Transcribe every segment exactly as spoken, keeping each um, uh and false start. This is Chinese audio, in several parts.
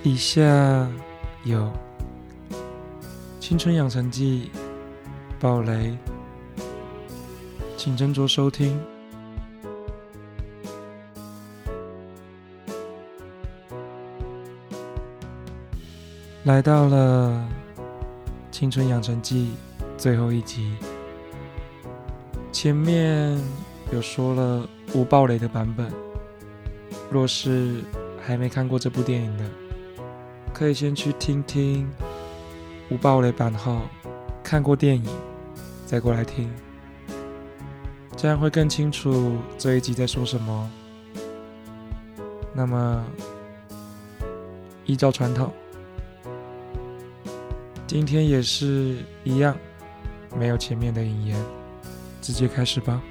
以下有青春养成记暴雷，请斟酌收听。来到了青春养成记最后一集，前面有说了无暴雷的版本，若是还没看过这部电影的，可以先去听听无暴雷版后看过电影再过来听，这样会更清楚这一集在说什么。那么依照传统，今天也是一样，没有前面的引言，直接开始吧。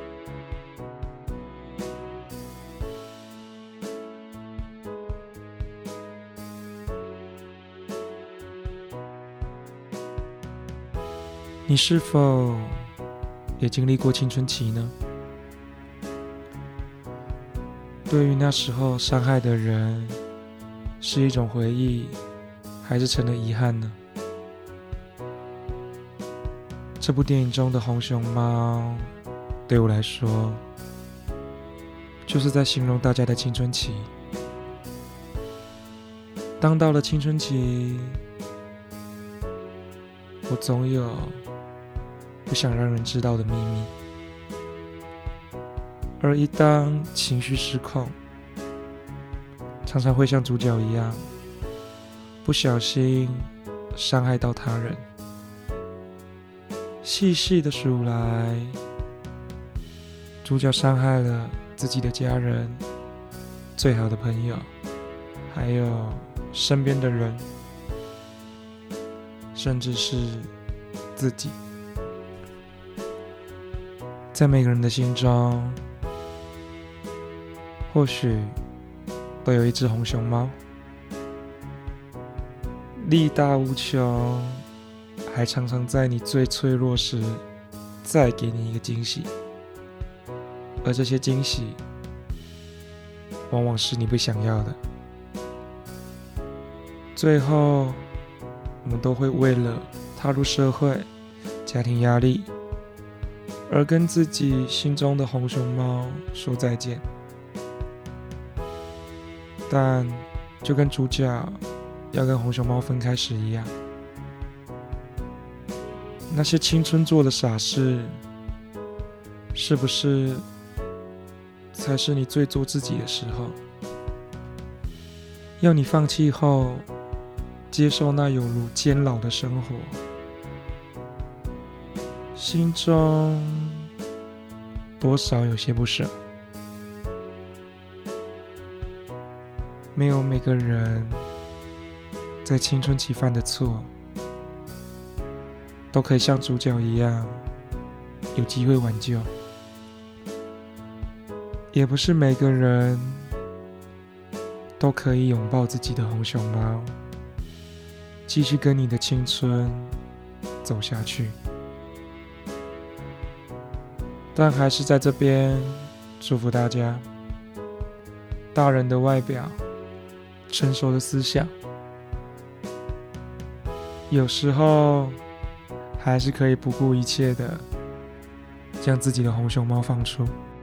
你是否也经历过青春期呢？对于那时候伤害的人，是一种回忆，还是成了遗憾呢？这部电影中的红熊猫，对我来说，就是在形容大家的青春期。当到了青春期，我总有不想让人知道的秘密，而一当情绪失控，常常会像主角一样，不小心伤害到他人。细细的数来，主角伤害了自己的家人、最好的朋友，还有身边的人，甚至是自己。在每个人的心中，或许都有一只红熊猫，力大无穷，还常常在你最脆弱时再给你一个惊喜，而这些惊喜往往是你不想要的。最后我们都会为了踏入社会、家庭压力而跟自己心中的红熊猫说再见。但就跟主角要跟红熊猫分开时一样，那些青春做的傻事，是不是才是你最做自己的时候？要你放弃后，接受那有如监牢的生活，心中多少有些不舍。没有每个人在青春期犯的错都可以像主角一样有机会挽救，也不是每个人都可以拥抱自己的红熊猫，继续跟你的青春走下去。但还是在这边祝福大家，大人的外表，成熟的思想，有时候还是可以不顾一切的将自己的红熊猫放出。